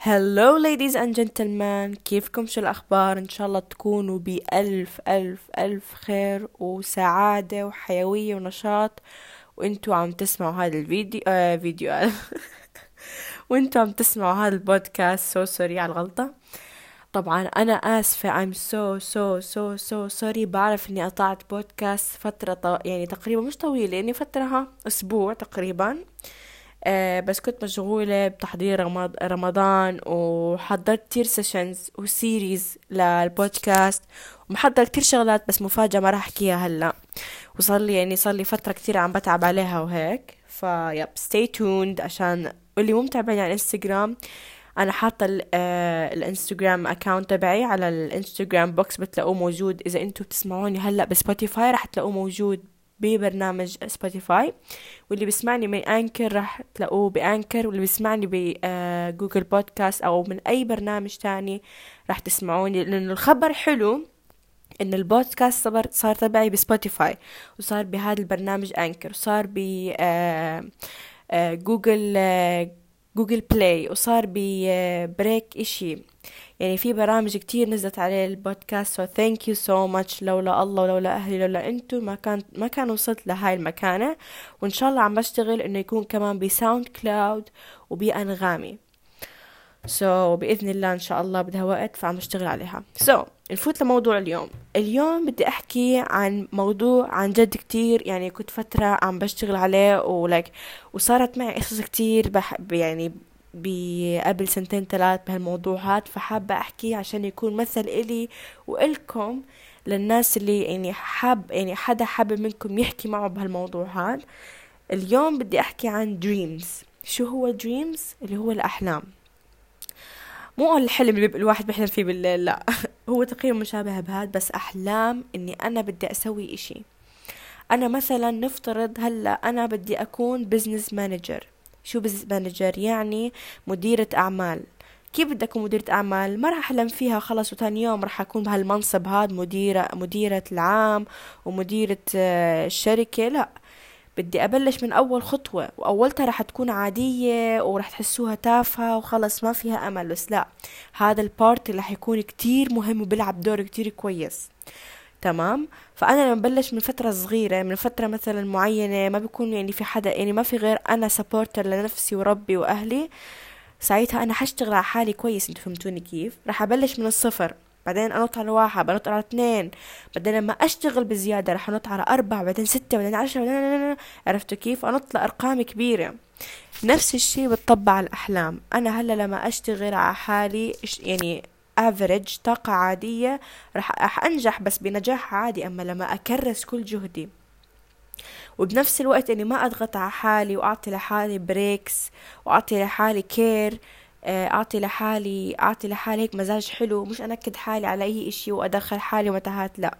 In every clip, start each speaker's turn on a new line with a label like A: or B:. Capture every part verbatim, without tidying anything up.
A: Hello ladies and gentlemen، كيفكم؟ شو الأخبار؟ إن شاء الله تكونوا بألف ألف ألف خير وسعادة وحيوية ونشاط وإنتوا عم تسمعوا هذا الفيديو آه فيديو وإنتوا عم تسمعوا هذا البودكاست. سو سوري على الغلطة. طبعا أنا آسفة. I'm so so so so sorry. بعرف إني قطعت بودكاست فترة طو... يعني تقريبا مش طويلة، يعني فترة أسبوع تقريبا. آه بس كنت مشغولة بتحضير رمض- رمضان، وحضرت كتير سيشنز وسيريز للبودكاست، ومحضر كتير شغلات، بس مفاجأة ما راح احكيها هلا. وصار لي يعني صار لي فترة كتير عم بتعب عليها وهيك. فيب stay tuned. عشان اللي مو متابعني على الانستغرام، انا حاطه ال- آه، الانستغرام اكاونت تبعي على الانستغرام بوكس، بتلاقوه موجود. اذا انتم بتسمعوني هلا بسبوتيفاي راح تلاقوه موجود ببرنامج سبوتيفاي، واللي بيسمعني من انكر راح تلاقوه بانكر، واللي بيسمعني بجوجل بودكاست او من اي برنامج تاني راح تسمعوني. لانه الخبر حلو ان البودكاست صار صار تبعي بسبوتيفاي، وصار بهذا البرنامج انكر، وصار ب آه، آه، جوجل آه، جوجل بلاي، وصار ببريك اشي. يعني في برامج كتير نزلت عليه البودكاست. so thank you so much. لولا الله ولولا اهلي لولا انتو ما كان ما كان وصلت لهاي المكانة. وان شاء الله عم بشتغل انه يكون كمان بساوند كلاود وبأنغامي. سو so, بإذن الله إن شاء الله بدها وقت، فعم اشتغل عليها. سو so, نفوت لموضوع اليوم. اليوم بدي أحكي عن موضوع عن جد كتير، يعني كنت فترة عم بشتغل عليه ولك، وصارت معي قصص كتير بح يعني قبل سنتين ثلاث بهالموضوعات، فحابة أحكي عشان يكون مثل إلي وإلكم، للناس اللي يعني حاب يعني حدا حابب منكم يحكي معه بهالموضوعات. اليوم بدي أحكي عن dreams. شو هو dreams؟ اللي هو الأحلام. مو الحلم اللي الواحد بيحلم فيه بالليل، لا. هو تقريبا مشابه بهذا، بس أحلام إني أنا بدي أسوي إشي. أنا مثلا نفترض هلا أنا بدي أكون بزنس مانجر. شو بزنس مانجر؟ يعني مديرة أعمال. كيف بدي أكون مديرة أعمال؟ ما راح أحلم فيها خلص وتاني يوم راح أكون بهالمنصب هاد، مديرة مديرة العام ومديرة آه، الشركة. لا، بدي أبلش من أول خطوة، وأولتها رح تكون عادية ورح تحسوها تافهة وخلص ما فيها أمل. بس لا، هذا البارت اللي رح يكون كتير مهم وبيلعب دور كتير كويس. تمام. فأنا لما بلش من فترة صغيرة، من فترة مثلا معينة، ما بيكون يعني في حدا، يعني ما في غير أنا سبورتر لنفسي وربي وأهلي. ساعتها أنا حشتغل على حالي كويس. انتوا فهمتوني كيف؟ رح أبلش من الصفر، بعدين أنط على واحد، بنط على اثنين، بعدين لما أشتغل بزيادة رح أنط على أربعة، بعدين ستة، بعدين عشرة، بعدين عرفتوا كيف؟ أنط لأرقام كبيرة. نفس الشي بتطبق على الأحلام. أنا هلا لما أشتغل على حالي يعني average طاقة عادية رح, رح أنجح، بس بنجاح عادي. أما لما أكرس كل جهدي وبنفس الوقت اني ما اضغط على حالي، واعطي لحالي بريكس، واعطي لحالي كير، اعطي لحالي اعطي لحالي هيك مزاج حلو، مش انكد حالي على اي اشي وادخل حالي متاهات. لا،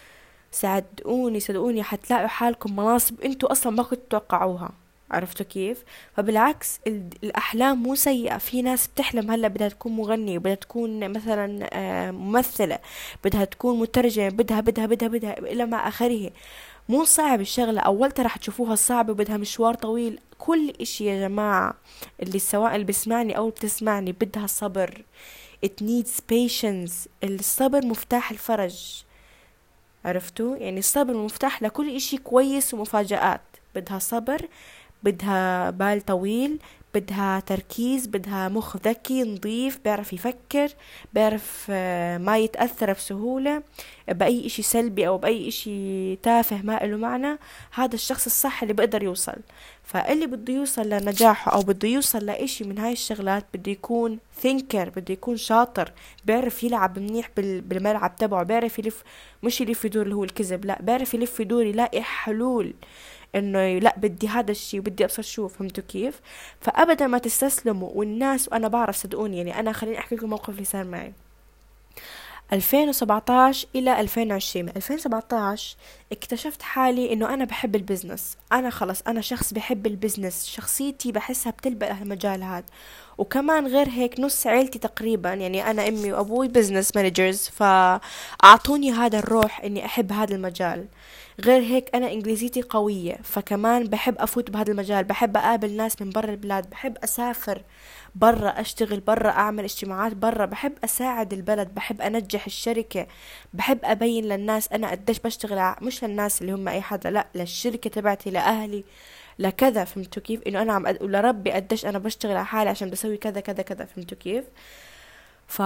A: صدقوني صدقوني حتلاقوا حالكم مناصب انتوا اصلا ما كنتوا تتوقعوها. عرفتوا كيف؟ فبالعكس ال- الاحلام مو سيئة. في ناس بتحلم هلا بدها تكون مغنية، بدها تكون مثلا آه، ممثلة، بدها تكون مترجمة، بدها بدها بدها بدها الى ما اخره. مو صعب الشغلة. أولتها رح تشوفوها صعبة وبدها مشوار طويل. كل إشي يا جماعة، اللي سواء اللي بسمعني أو بتسمعني، بدها صبر. it needs patience. الصبر مفتاح الفرج. عرفتوا؟ يعني الصبر مفتاح لكل إشي كويس ومفاجآت. بدها صبر، بدها بال طويل، بدها تركيز، بدها مخ ذكي نظيف بيعرف يفكر، بيعرف آه، ما يتأثر بسهولة بأي إشي سلبي أو بأي إشي تافه ما له معنى. هذا الشخص الصح اللي بقدر يوصل. فاللي بده يوصل لنجاحه أو بده يوصل لإشي من هاي الشغلات بده يكون ثينكر، بده يكون شاطر، بيعرف يلعب منيح بال- بالملعب تبعه، بيعرف يلف، مش يلف يدور اللي هو الكذب، لا، بيعرف يلف يدور يلاقي حلول. انه لا بدي هذا الشيء وبدي ابصر شو. فهمتوا كيف؟ فابدا ما تستسلموا. والناس، وانا بعرف صدقوني، يعني انا خليني احكي لكم موقف اللي صار معي ألفين وسبعتاشر الى ألفين وعشرين. من ألفين وسبعتاشر اكتشفت حالي انه انا بحب البزنس. انا خلص انا شخص بحب البزنس، شخصيتي بحسها بتلبق المجال هذا. وكمان غير هيك نص عيلتي تقريبا، يعني انا امي وابوي بزنس مانجرز، فاعطوني هذا الروح اني احب هذا المجال. غير هيك انا انجليزيتي قوية، فكمان بحب افوت بهذا المجال، بحب اقابل ناس من برا البلاد، بحب اسافر برا، اشتغل برا، اعمل اجتماعات برا، بحب اساعد البلد، بحب انجح الشركة، بحب ابين للناس انا قديش بشتغل ع- مش للناس اللي هم اي حدا، لا للشركة تبعتي، لاهلي، لكذا. فهمتوا كيف؟ انه انا عم اقول لربي قديش انا بشتغل على حالي عشان بسوي كذا كذا كذا. فهمتوا كيف؟ ف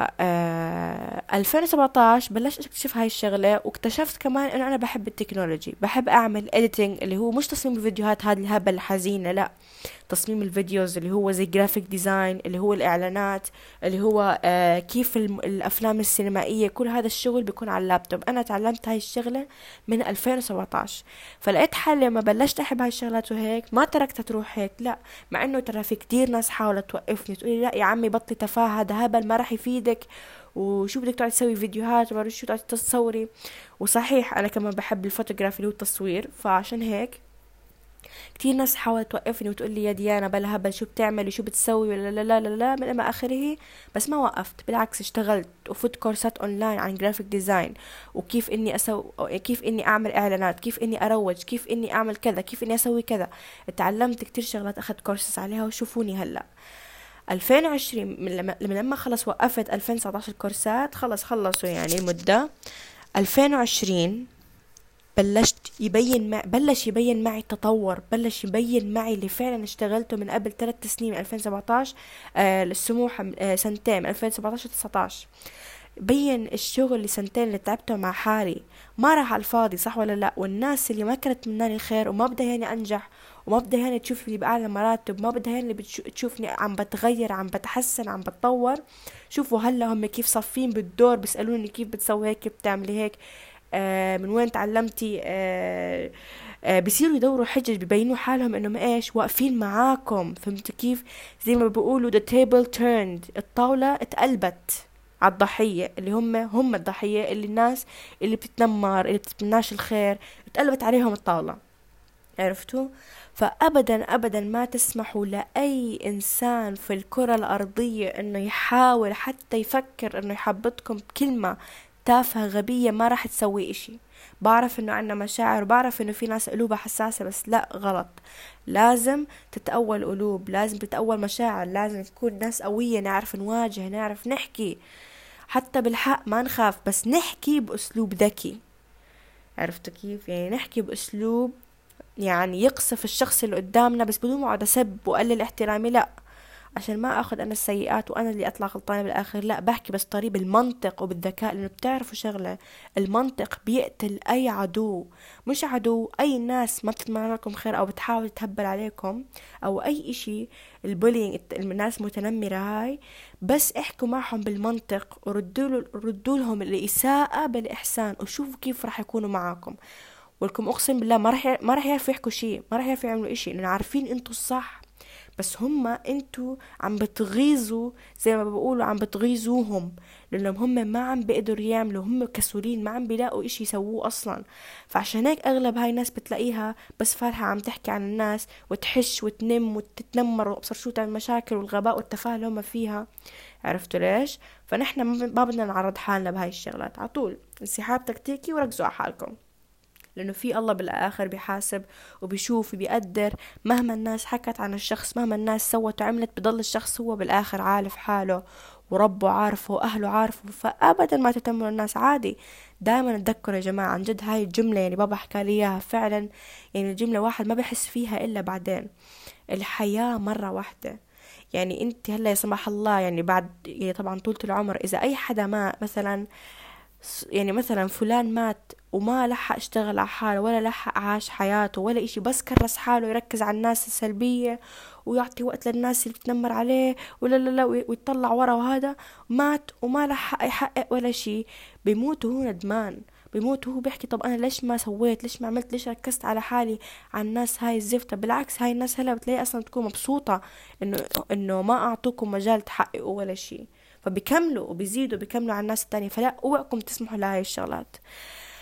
A: آه، ألفين وسبعتاشر بلشت اكتشف هاي الشغلة، واكتشفت كمان انه انا بحب التكنولوجي، بحب اعمل editing اللي هو مش تصميم الفيديوهات هذه الهبل الحزينة، لا، تصميم الفيديوز اللي هو زي جرافيك ديزاين، اللي هو الاعلانات، اللي هو آه كيف الم- الافلام السينمائية، كل هذا الشغل بيكون على اللابتوب. انا تعلمت هاي الشغلة من ألفين وسبعتاشر، فلقيت حالي لما بلشت احب هاي الشغلات وهيك ما تركتها تروح هيك، لا، مع انه ترى في كتير ناس حاولت توقفني تقولي لا يا عمي بطلي تفاهة، هذا هبل ما راح يفيدك، وشو بدك تقعدي تسوي فيديوهات وما شو تقعدي تصوري. وصحيح انا كمان بحب الفوتوغرافي اللي هو التصوير، فعشان هيك كتير ناس حاولت توقفني وتقول لي يا ديانا بلا هبل، شو بتعملي وشو بتسوي ولا لا لا لا لا من ما اخره. بس ما وقفت، بالعكس اشتغلت وفوت كورسات اونلاين عن جرافيك ديزاين، وكيف اني اسوي، كيف اني اعمل اعلانات، كيف اني اروج، كيف اني اعمل كذا، كيف اني اسوي كذا. اتعلمت كتير شغلات، اخذت كورسز عليها، وشوفوني هلا ألفين وعشرين من لما من لما خلص وقفت ألفين وتسعتاشر الكورسات، خلص خلصوا يعني المدة. ألفين وعشرين بلشت يبين مع بلش يبين معي التطور، بلش يبين معي اللي فعلا اشتغلته من قبل ثلاث سنين من ألفين وسبعتاشر، آه للسموحة، آه سنتين من ألفين وسبعتاشر تسعتاشر. بين الشغل اللي سنتين اللي تعبته مع حالي ما راح على الفاضي، صح ولا لا؟ والناس اللي ما كانت مناني الخير وما بدها يعني انجح، وما بدها يعني تشوفني باعلى مراتب، ما بدها يعني بتشو- تشوفني عم بتغير، عم بتحسن، عم بتطور. شوفوا هلا هم كيف صافين بالدور بيسألوني كيف بتسوي هيك، كيف بتعملي هيك، آه من وين تعلمتي، آه آه بيصيروا يدوروا حجج، بيبينوا حالهم انهم ايش واقفين معاكم. فهمتوا كيف؟ زي ما بيقولوا the table turned، الطاولة اتقلبت على الضحية، اللي هم هم الضحية، اللي الناس اللي بتتنمر، اللي بتتمناش الخير، اتقلبت عليهم الطاولة. عرفتوا؟ فأبدا أبدا ما تسمحوا لأي إنسان في الكرة الأرضية إنه يحاول حتى يفكر إنه يحبطكم بكلمة تافهة غبية ما راح تسوي إشي. بعرف إنه عنا مشاعر، وبعرف إنه في ناس قلوبها حساسة، بس لا، غلط. لازم تتأول قلوب، لازم تتأول مشاعر، لازم تكون ناس قوية، نعرف نواجه، نعرف نحكي حتى بالحق، ما نخاف، بس نحكي بأسلوب ذكي. عرفتوا كيف؟ يعني نحكي بأسلوب يعني يقصف الشخص اللي قدامنا، بس بدون ما اقعد اسب واقلل احترامي، لا، عشان ما اخذ انا السيئات وانا اللي اطلع غلطانه بالاخر. لا، بحكي بس طريق بالمنطق وبالذكاء، لانه بتعرفوا شغله، المنطق بيقتل اي عدو. مش عدو، اي ناس ما بتتمنى لكم خير او بتحاول تهبل عليكم او اي اشي، البولينج، الناس متنمره هاي، بس احكوا معهم بالمنطق، وردوا ردوا لهم الاساءه بالاحسان، وشوفوا كيف راح يكونوا معاكم. ولكم اقسم بالله ما راح ما راح يعرفوا يحكوا شيء، ما راح يعرفوا يعملوا اشي، لانه عارفين انتوا الصح، بس هم انتوا عم بتغيظوا، زي ما بيقولوا عم بتغيظوهم، لانهم هم ما عم بيقدروا يعملوا، هم كسولين، ما عم بيلاقوا اشي يسووه اصلا. فعشان هيك اغلب هاي الناس بتلاقيها بس فارحة عم تحكي عن الناس، وتحش وتنم وتتنمر وابصر شو تعمل مشاكل، والغباء والتفاهة اللي هم فيها. عرفتوا ليش؟ فنحن ما بدنا نعرض حالنا بهاي الشغلات. عطول انسحاب تكتيكي وركزوا على حالكم، لأنه في الله بالآخر بيحاسب وبيشوف وبيقدر. مهما الناس حكت عن الشخص، مهما الناس سوت وعملت، بضل الشخص هو بالآخر عارف حاله، وربه عارفه، وأهله عارفه. فأبدا ما تتمنوا الناس، عادي. دائما تذكروا يا جماعة، عن جد هاي الجملة يعني بابا حكى لي إياها فعلا، يعني الجملة واحد ما بحس فيها إلا بعدين. الحياة مرة واحدة. يعني انت هلا يا سمح الله، يعني بعد يعني طبعا طولة العمر، اذا اي حدا ما مثلا، يعني مثلا فلان مات وما لحق اشتغل على حاله، ولا لحق عاش حياته ولا اشي، بس كرس حاله يركز على الناس السلبية، ويعطي وقت للناس اللي بتنمر عليه، ولا لا لا ويطلع ورا، وهذا مات وما لحق يحقق ولا شي، بيموت وهو ندمان، بيموت وهو بيحكي طب انا ليش ما سويت، ليش ما عملت، ليش ركزت على حالي على الناس هاي الزفتة. بالعكس، هاي الناس هلا بتلاقي اصلا تكون مبسوطة انه انه ما اعطوكم مجال تحققوا ولا شي، فبيكملوا وبيزيدوا بيكملوا على الناس التانية. فلا، اوعكم تسمحوا لهاي الشغلات.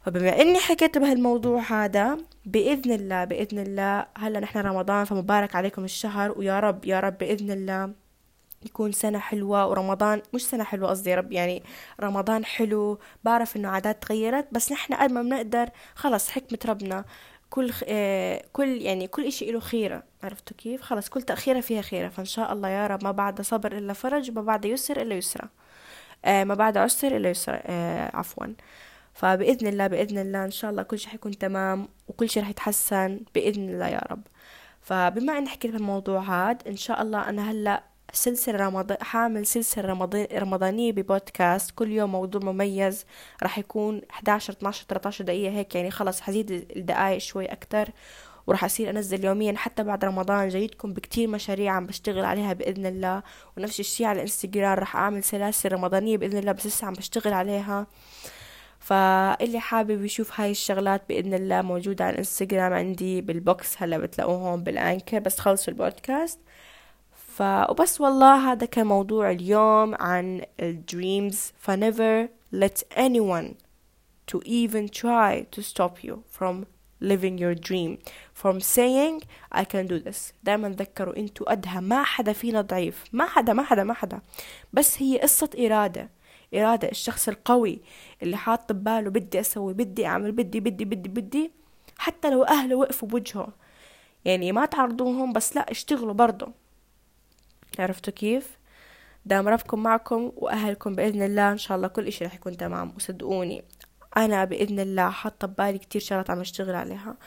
A: فبما اني حكيت بهالموضوع هذا، باذن الله باذن الله هلا نحن رمضان، فمبارك عليكم الشهر، ويا رب يا رب باذن الله يكون سنة حلوة. ورمضان مش سنة حلوة قصدي، يا رب يعني رمضان حلو. بعرف انه عادات تغيرت، بس نحن قد ما بنقدر خلص حكمة ربنا، كل خ... آه كل يعني كل اشي له خيرة، عرفتوا كيف؟ خلص كل تأخيرة فيها خيرة، فان شاء الله يا رب ما بعد صبر الا فرج، وما بعد يسر الا يسرى. آه ما بعد عسر الا يسرى، آه عفوا. فبإذن الله بإذن الله إن شاء الله كل شيء حيكون تمام، وكل شيء رح يتحسن بإذن الله يا رب. فبما إن حكيت في الموضوع هذا، إن شاء الله أنا هلأ سلسلة رمضان، حامل سلسلة رمضان رمضانية ببودكاست، كل يوم موضوع مميز. رح يكون إحدى عشر اثنا عشر ثلاثة عشر دقيقة هيك، يعني خلص حزيد الدقائق شوي أكتر، وراح أصير أنزل يوميا حتى بعد رمضان. جايتكم بكتير مشاريع عم بشتغل عليها بإذن الله، ونفس الشي على الانستغرام راح أعمل سلاسل رمضانية بإذن الله، بس لسه عم بشتغل عليها. فاللي حابب يشوف هاي الشغلات بإذن الله موجودة على الانستغرام عندي بالبوكس، هلا بتلاقوهم بالانكر بس خلصوا البودكاست. ف وبس والله هذا كان موضوع اليوم عن الدريمز. ف never let anyone to even try to stop you from living your dream, from saying I can do this. دائما تذكروا انتوا قدها، ما حدا فينا ضعيف، ما حدا ما حدا ما حدا، بس هي قصة إرادة. إرادة الشخص القوي اللي حاط بباله بدي أسوي، بدي أعمل، بدي بدي بدي بدي حتى لو أهله وقفوا بوجهه، يعني ما تعرضوهم، بس لا اشتغلوا برضو. عرفتوا كيف؟ دام ربكم معكم وأهلكم بإذن الله إن شاء الله كل إشي رح يكون تمام. وصدقوني أنا بإذن الله حاطة ببالي كتير شغلات عم أشتغل عليها،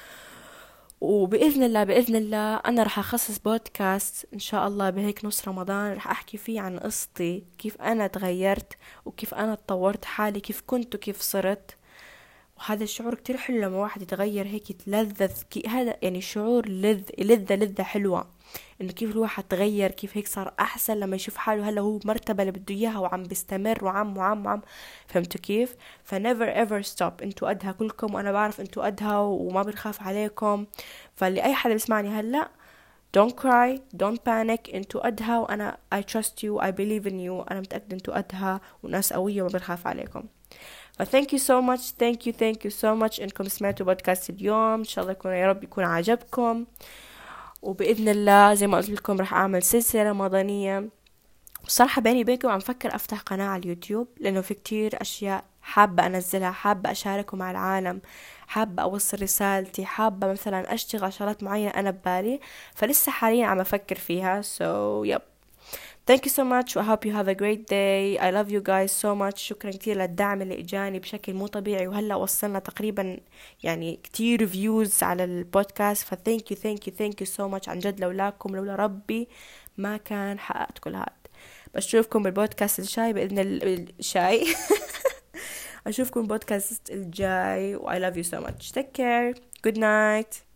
A: وبإذن الله بإذن الله أنا رح أخصص بودكاست إن شاء الله بهيك نص رمضان، رح أحكي فيه عن قصتي، كيف أنا تغيرت وكيف أنا تطورت حالي، كيف كنت وكيف صرت. وهذا الشعور كتير حلو لما واحد يتغير هيك يتلذذ، كي هذا يعني شعور لذ لذة لذة حلوة، إنه كيف الواحد تغير، كيف هيك صار أحسن لما يشوف حاله هلا هو مرتبة اللي بده إياها وعم بيستمر وعم وعم وعم. فهمتوا كيف؟ ف never ever stop. انتوا قدها كلكم، وأنا بعرف انتوا قدها وما بنخاف عليكم. فاللي أي حدا بيسمعني هلا don't cry, don't panic، انتوا قدها، وأنا I trust you, I believe in you. أنا متأكدة انتوا قدها وناس قوية وما بنخاف عليكم. ف thank you so much, thank you thank you so much إنكم سمعتوا بودكاست اليوم. إن شاء الله يكون يا رب يكون عجبكم، وبإذن الله زي ما قلت لكم رح أعمل سلسلة رمضانية. وصراحة بيني وبينكم عم فكر أفتح قناة على اليوتيوب، لأنه في كتير أشياء حابة أنزلها، حابة أشاركه مع العالم، حابة أوصل رسالتي، حابة مثلا أشتغل على شغلات معينة أنا ببالي، فلسه حاليا عم أفكر فيها. so yep, thank you so much I hope you have a great day. I love you guys so much. شكرا كتير للدعم اللي اجاني بشكل مو طبيعي، وهلا وصلنا تقريبا يعني كتير فيوز على البودكاست. ف thank you thank you thank you so much عن جد، لولاكم لولا ربي ما كان حققت كل هذا. بشوفكم بالبودكاست الجاي بإذن الشاي أشوفكم بالبودكاست الجاي و I love you so much. Take care. Good night.